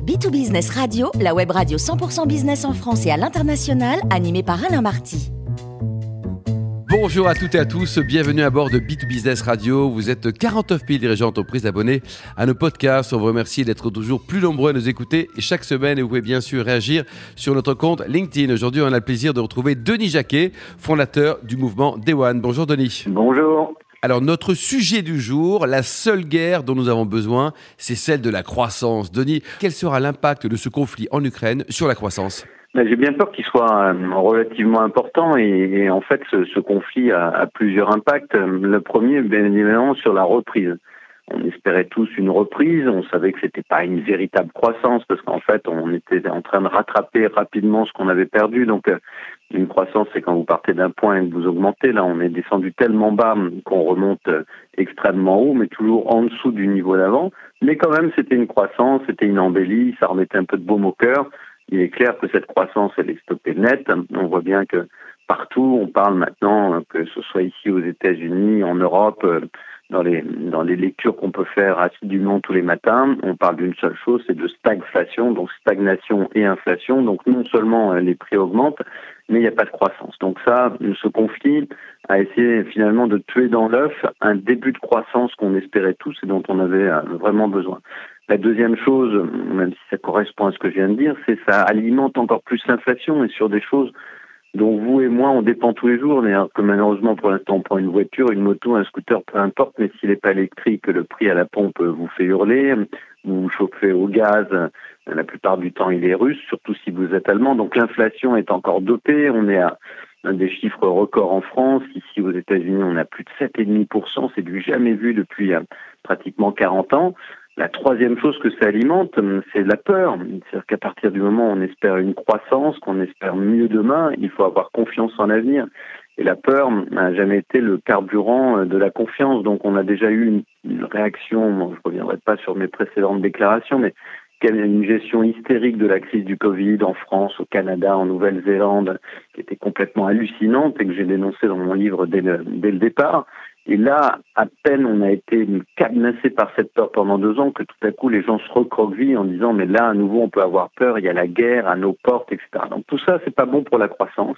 B2Business Radio, la web radio 100% business en France et à l'international, animée par Alain Marty. Bonjour à toutes et à tous, bienvenue à bord de B2Business Radio. Vous êtes 49 000 dirigeants d'entreprise abonnés à nos podcasts. On vous remercie d'être toujours plus nombreux à nous écouter et chaque semaine, vous pouvez bien sûr réagir sur notre compte LinkedIn. Aujourd'hui, on a le plaisir de retrouver Denis Jacquet, fondateur du mouvement Day One. Bonjour Denis. Bonjour. Alors, notre sujet du jour, la seule guerre dont nous avons besoin, c'est celle de la croissance. Denis, quel sera l'impact de ce conflit en Ukraine sur la croissance ? J'ai bien peur qu'il soit relativement important et en fait, ce conflit a plusieurs impacts. Le premier, bien évidemment, sur la reprise. On espérait tous une reprise, on savait que c'était pas une véritable croissance parce qu'en fait, on était en train de rattraper rapidement ce qu'on avait perdu. Donc, une croissance, c'est quand vous partez d'un point et que vous augmentez. Là, on est descendu tellement bas qu'on remonte extrêmement haut, mais toujours en dessous du niveau d'avant. Mais quand même, c'était une croissance, c'était une embellie, ça remettait un peu de baume au cœur. Il est clair que cette croissance, elle est stoppée net. On voit bien que partout, on parle maintenant, que ce soit ici aux États-Unis, en Europe, dans les lectures qu'on peut faire assidûment tous les matins, on parle d'une seule chose, c'est de stagflation, donc stagnation et inflation. Donc non seulement les prix augmentent, mais il n'y a pas de croissance. Donc ça, ce conflit a essayé finalement de tuer dans l'œuf un début de croissance qu'on espérait tous et dont on avait vraiment besoin. La deuxième chose, même si ça correspond à ce que je viens de dire, c'est que ça alimente encore plus l'inflation et sur des choses dont vous et moi, on dépend tous les jours. Que malheureusement, pour l'instant, on prend une voiture, une moto, un scooter, peu importe, mais s'il n'est pas électrique, le prix à la pompe vous fait hurler. Vous vous chauffez au gaz, la plupart du temps, il est russe, surtout si vous êtes allemand. Donc l'inflation est encore dopée. On est à des chiffres records en France. Ici, aux États-Unis, on a plus de 7,5%. C'est du jamais vu depuis pratiquement 40 ans. La troisième chose que ça alimente, c'est la peur. C'est-à-dire qu'à partir du moment où on espère une croissance, qu'on espère mieux demain, il faut avoir confiance en l'avenir. Et la peur n'a jamais été le carburant de la confiance. Donc on a déjà eu une réaction, je ne reviendrai pas sur mes précédentes déclarations, mais une gestion hystérique de la crise du Covid en France, au Canada, en Nouvelle-Zélande, qui était complètement hallucinante et que j'ai dénoncé dans mon livre dès le départ. Et là, à peine on a été cadenassé par cette peur pendant 2 ans que tout à coup les gens se recroquevillent en disant mais là à nouveau on peut avoir peur, il y a la guerre à nos portes, etc. Donc tout ça c'est pas bon pour la croissance.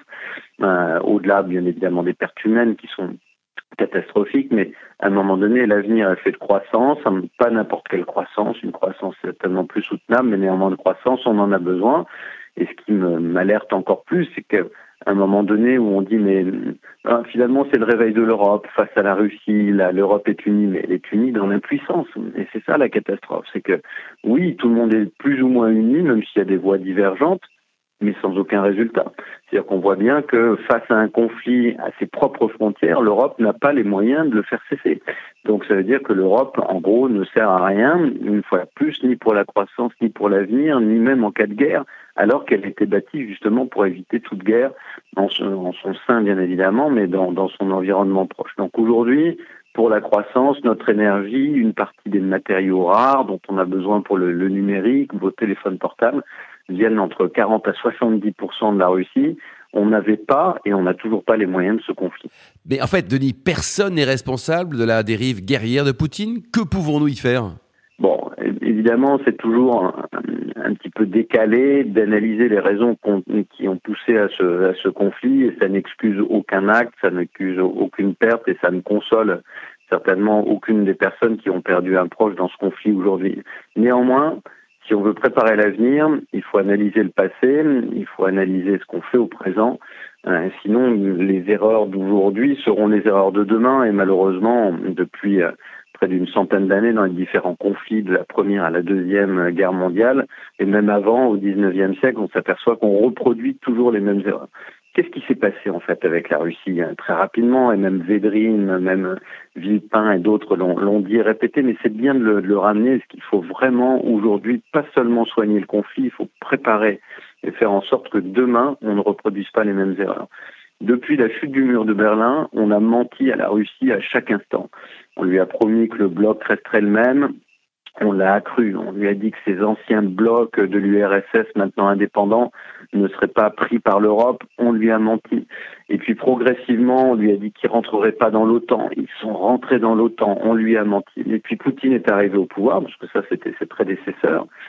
Au-delà bien évidemment des pertes humaines qui sont catastrophiques, mais à un moment donné l'avenir est fait de croissance, pas n'importe quelle croissance, une croissance tellement plus soutenable, mais néanmoins de croissance on en a besoin. Et ce qui m'alerte encore plus, c'est qu'à un moment donné où on dit mais finalement c'est le réveil de l'Europe face à la Russie, l'Europe est unie, mais elle est unie dans l'impuissance. Et c'est ça la catastrophe, c'est que oui, tout le monde est plus ou moins uni, même s'il y a des voix divergentes, mais sans aucun résultat. C'est-à-dire qu'on voit bien que face à un conflit à ses propres frontières, l'Europe n'a pas les moyens de le faire cesser. Donc ça veut dire que l'Europe, en gros, ne sert à rien, une fois de plus, ni pour la croissance, ni pour l'avenir, ni même en cas de guerre, alors qu'elle a été bâtie justement pour éviter toute guerre, en son sein bien évidemment, mais dans son environnement proche. Donc aujourd'hui, pour la croissance, notre énergie, une partie des matériaux rares dont on a besoin pour le numérique, vos téléphones portables, viennent entre 40 à 70% de la Russie. On n'avait pas et on n'a toujours pas les moyens de ce conflit. Mais en fait, Denis, personne n'est responsable de la dérive guerrière de Poutine. Que pouvons-nous y faire ? Bon, évidemment, c'est toujours un petit peu décalé d'analyser les raisons qui ont poussé à ce conflit et ça n'excuse aucun acte, ça n'excuse aucune perte et ça ne console certainement aucune des personnes qui ont perdu un proche dans ce conflit aujourd'hui. Néanmoins, si on veut préparer l'avenir, il faut analyser le passé, il faut analyser ce qu'on fait au présent. Sinon, les erreurs d'aujourd'hui seront les erreurs de demain. Et malheureusement, depuis près d'une centaine d'années, dans les différents conflits de la Première à la Deuxième Guerre mondiale, et même avant, au XIXe siècle, on s'aperçoit qu'on reproduit toujours les mêmes erreurs. Qu'est-ce qui s'est passé en fait avec la Russie très rapidement, et même Védrine, même Villepin et d'autres l'ont dit et répété, mais c'est bien de le ramener, parce qu'il faut vraiment aujourd'hui pas seulement soigner le conflit, il faut préparer et faire en sorte que demain on ne reproduise pas les mêmes erreurs. Depuis la chute du mur de Berlin, on a menti à la Russie à chaque instant. On lui a promis que le bloc resterait le même. On l'a accru, on lui a dit que ces anciens blocs de l'URSS, maintenant indépendants, ne seraient pas pris par l'Europe, on lui a menti. Et puis progressivement, on lui a dit qu'ils ne rentreraient pas dans l'OTAN, ils sont rentrés dans l'OTAN, on lui a menti. Et puis Poutine est arrivé au pouvoir, parce que ça c'était ses prédécesseurs,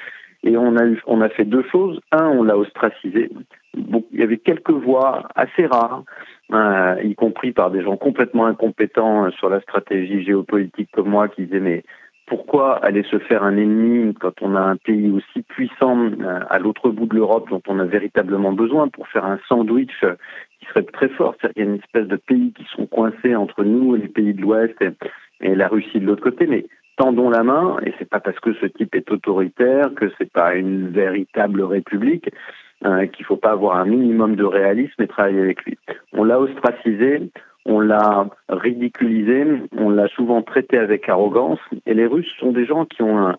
Et on a fait deux choses. Un, on l'a ostracisé. Bon, il y avait quelques voix assez rares, y compris par des gens complètement incompétents sur la stratégie géopolitique comme moi, qui disaient mais pourquoi aller se faire un ennemi quand on a un pays aussi puissant à l'autre bout de l'Europe dont on a véritablement besoin pour faire un sandwich qui serait très fort. C'est-à-dire qu'il y a une espèce de pays qui sont coincés entre nous et les pays de l'Ouest et la Russie de l'autre côté, mais tendons la main, et c'est pas parce que ce type est autoritaire que c'est pas une véritable république qu'il faut pas avoir un minimum de réalisme et travailler avec lui. On l'a ostracisé, on l'a ridiculisé, on l'a souvent traité avec arrogance, et les Russes sont des gens qui ont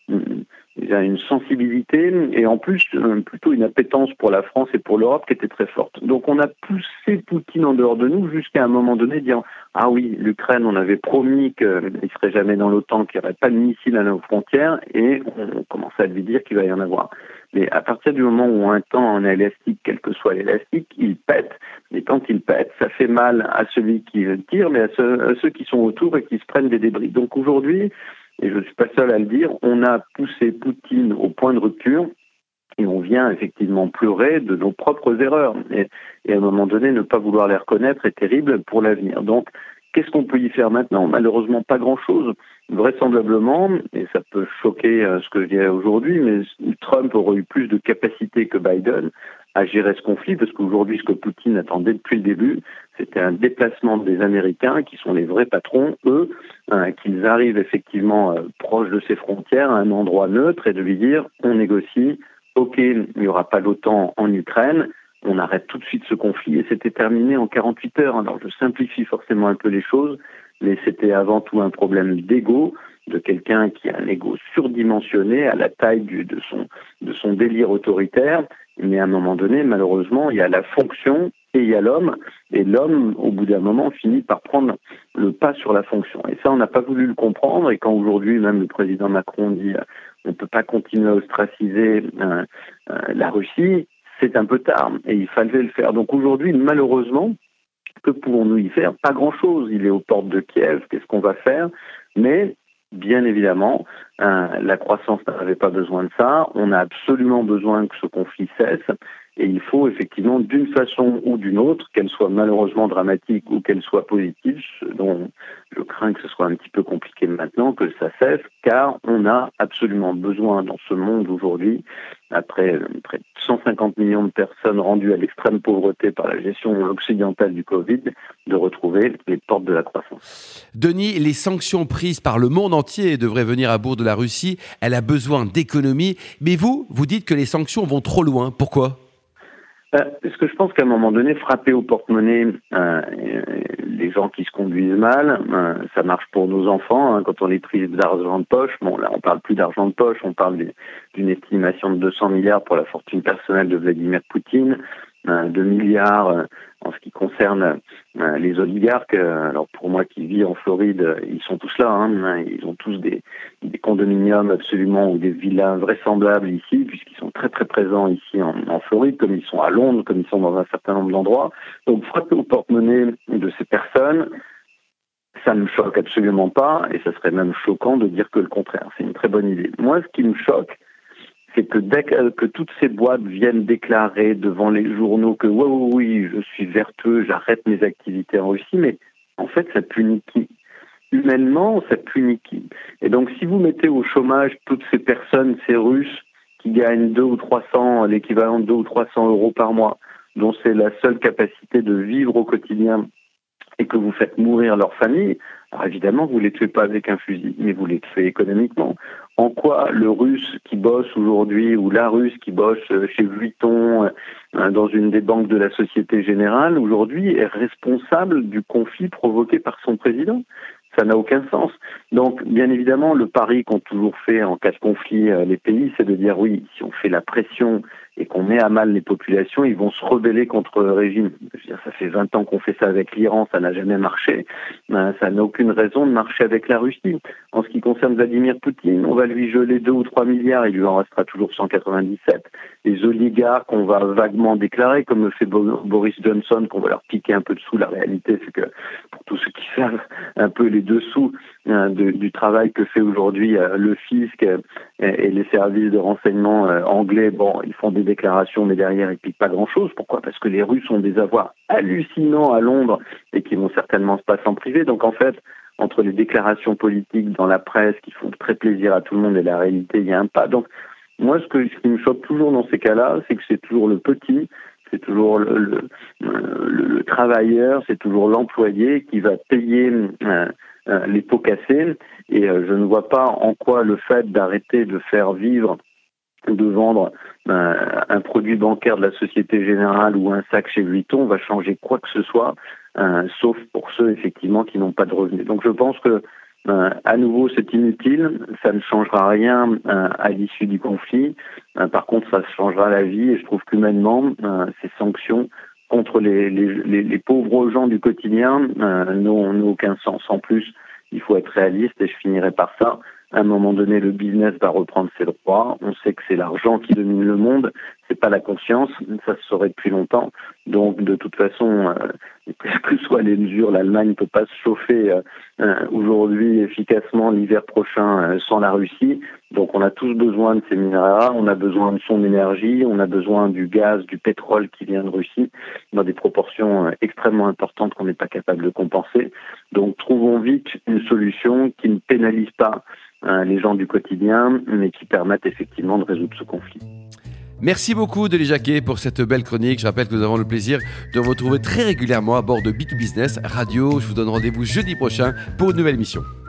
une sensibilité et en plus plutôt une appétence pour la France et pour l'Europe qui était très forte. Donc on a poussé Poutine en dehors de nous jusqu'à un moment donné dire ah oui, l'Ukraine, on avait promis qu'il ne serait jamais dans l'OTAN, qu'il n'y aurait pas de missiles à nos frontières, et on commençait à lui dire qu'il va y en avoir. Mais à partir du moment où un temps en élastique, quel que soit l'élastique, il pète. Et quand il pète, ça fait mal à celui qui tire, mais à ceux qui sont autour et qui se prennent des débris. Donc aujourd'hui, et je ne suis pas seul à le dire, on a poussé Poutine au point de rupture et on vient effectivement pleurer de nos propres erreurs. Et à un moment donné, ne pas vouloir les reconnaître est terrible pour l'avenir. Donc, qu'est-ce qu'on peut y faire maintenant ? Malheureusement, pas grand-chose. Vraisemblablement, et ça peut choquer ce que je dirais aujourd'hui, mais Trump aurait eu plus de capacité que Biden à gérer ce conflit, parce qu'aujourd'hui, ce que Poutine attendait depuis le début, c'était un déplacement des Américains, qui sont les vrais patrons, eux, qu'ils arrivent effectivement proches de ses frontières, à un endroit neutre, et de lui dire, on négocie, ok, il n'y aura pas l'OTAN en Ukraine, on arrête tout de suite ce conflit, et c'était terminé en 48 heures. Alors je simplifie forcément un peu les choses, mais c'était avant tout un problème d'ego, de quelqu'un qui a un ego surdimensionné à la taille de son délire autoritaire. Mais à un moment donné, malheureusement, il y a la fonction et il y a l'homme. Et l'homme, au bout d'un moment, finit par prendre le pas sur la fonction. Et ça, on n'a pas voulu le comprendre. Et quand aujourd'hui, même le président Macron dit on ne peut pas continuer à ostraciser la Russie, c'est un peu tard. Et il fallait le faire. Donc aujourd'hui, malheureusement, que pouvons-nous y faire ? Pas grand-chose. Il est aux portes de Kiev. Qu'est-ce qu'on va faire ? Mais bien évidemment, la croissance n'avait pas besoin de ça. On a absolument besoin que ce conflit cesse. Et il faut effectivement, d'une façon ou d'une autre, qu'elle soit malheureusement dramatique ou qu'elle soit positive, ce dont je crains que ce soit un petit peu compliqué maintenant, que ça cesse, car on a absolument besoin dans ce monde aujourd'hui, après près de 150 millions de personnes rendues à l'extrême pauvreté par la gestion occidentale du Covid, de retrouver les portes de la croissance. Denis, les sanctions prises par le monde entier devraient venir à bout de la Russie. Elle a besoin d'économie. Mais vous dites que les sanctions vont trop loin. Pourquoi ? Parce que je pense qu'à un moment donné, frapper au porte-monnaie les gens qui se conduisent mal, ça marche pour nos enfants quand on les prive d'argent de poche. Bon, là, on parle plus d'argent de poche, on parle d'une estimation de 200 milliards pour la fortune personnelle de Vladimir Poutine, 2 milliards en ce qui concerne les oligarques. Alors pour moi qui vis en Floride, ils sont tous là. Ils ont tous des condominiums absolument ou des villas vraisemblables ici, puisqu'ils sont très très présents ici en Floride, comme ils sont à Londres, comme ils sont dans un certain nombre d'endroits. Donc frapper au porte-monnaie de ces personnes, ça ne me choque absolument pas, et ça serait même choquant de dire que le contraire. C'est une très bonne idée. Moi, ce qui me choque, c'est que dès que toutes ces boîtes viennent déclarer devant les journaux que oui, je suis vertueux, j'arrête mes activités en Russie, mais en fait, ça punit qui ? Humainement, ça punit qui ? Et donc, si vous mettez au chômage toutes ces personnes, ces Russes, qui gagnent l'équivalent de 200 ou 300 euros par mois, dont c'est la seule capacité de vivre au quotidien, et que vous faites mourir leur famille, alors évidemment, vous ne les tuez pas avec un fusil, mais vous les tuez économiquement. En quoi le Russe qui bosse aujourd'hui, ou la Russe qui bosse chez Vuitton, dans une des banques de la Société Générale, aujourd'hui, est responsable du conflit provoqué par son président ? Ça n'a aucun sens. Donc, bien évidemment, le pari qu'ont toujours fait en cas de conflit les pays, c'est de dire oui, si on fait la pression et qu'on met à mal les populations, ils vont se rebeller contre le régime. Je veux dire, ça fait 20 ans qu'on fait ça avec l'Iran, ça n'a jamais marché. Ça n'a aucune raison de marcher avec la Russie. En ce qui concerne Vladimir Poutine, on va lui geler 2 ou 3 milliards, il lui en restera toujours 197. Les oligarques, on va vaguement déclarer, comme le fait Boris Johnson, qu'on va leur piquer un peu dessous. La réalité, c'est que pour tous ceux qui savent un peu les dessous, du travail que fait aujourd'hui le fisc et les services de renseignement anglais. Bon, ils font des déclarations, mais derrière, ils piquent pas grand-chose. Pourquoi ? Parce que les Russes ont des avoirs hallucinants à Londres et qui vont certainement se passer en privé. Donc, en fait, entre les déclarations politiques dans la presse qui font très plaisir à tout le monde et la réalité, il y a un pas. Donc, moi, ce qui me choque toujours dans ces cas-là, c'est que c'est toujours le petit, c'est toujours le travailleur, c'est toujours l'employé qui va payer les pots cassés. Et je ne vois pas en quoi le fait d'arrêter de faire vivre, de vendre un produit bancaire de la Société Générale ou un sac chez Vuitton va changer quoi que ce soit, sauf pour ceux effectivement qui n'ont pas de revenus. Donc je pense que à nouveau c'est inutile, ça ne changera rien à l'issue du conflit. Par contre ça changera la vie et je trouve qu'humainement ces sanctions contre les pauvres gens du quotidien n'ont aucun sens. En plus, il faut être réaliste et je finirai par ça. À un moment donné, le business va reprendre ses droits. On sait que c'est l'argent qui domine le monde, c'est pas la conscience. Ça se saurait depuis longtemps. Donc, de toute façon, quelles que soient les mesures, l'Allemagne ne peut pas se chauffer aujourd'hui efficacement l'hiver prochain sans la Russie. Donc, on a tous besoin de ces minéraux, on a besoin de son énergie, on a besoin du gaz, du pétrole qui vient de Russie dans des proportions extrêmement importantes qu'on n'est pas capable de compenser. Donc, trouvons vite une solution qui ne pénalise pas les gens du quotidien, mais qui permettent effectivement de résoudre ce conflit. Merci beaucoup Denis Jacquet pour cette belle chronique. Je rappelle que nous avons le plaisir de vous retrouver très régulièrement à bord de B2Business Radio. Je vous donne rendez-vous jeudi prochain pour une nouvelle émission.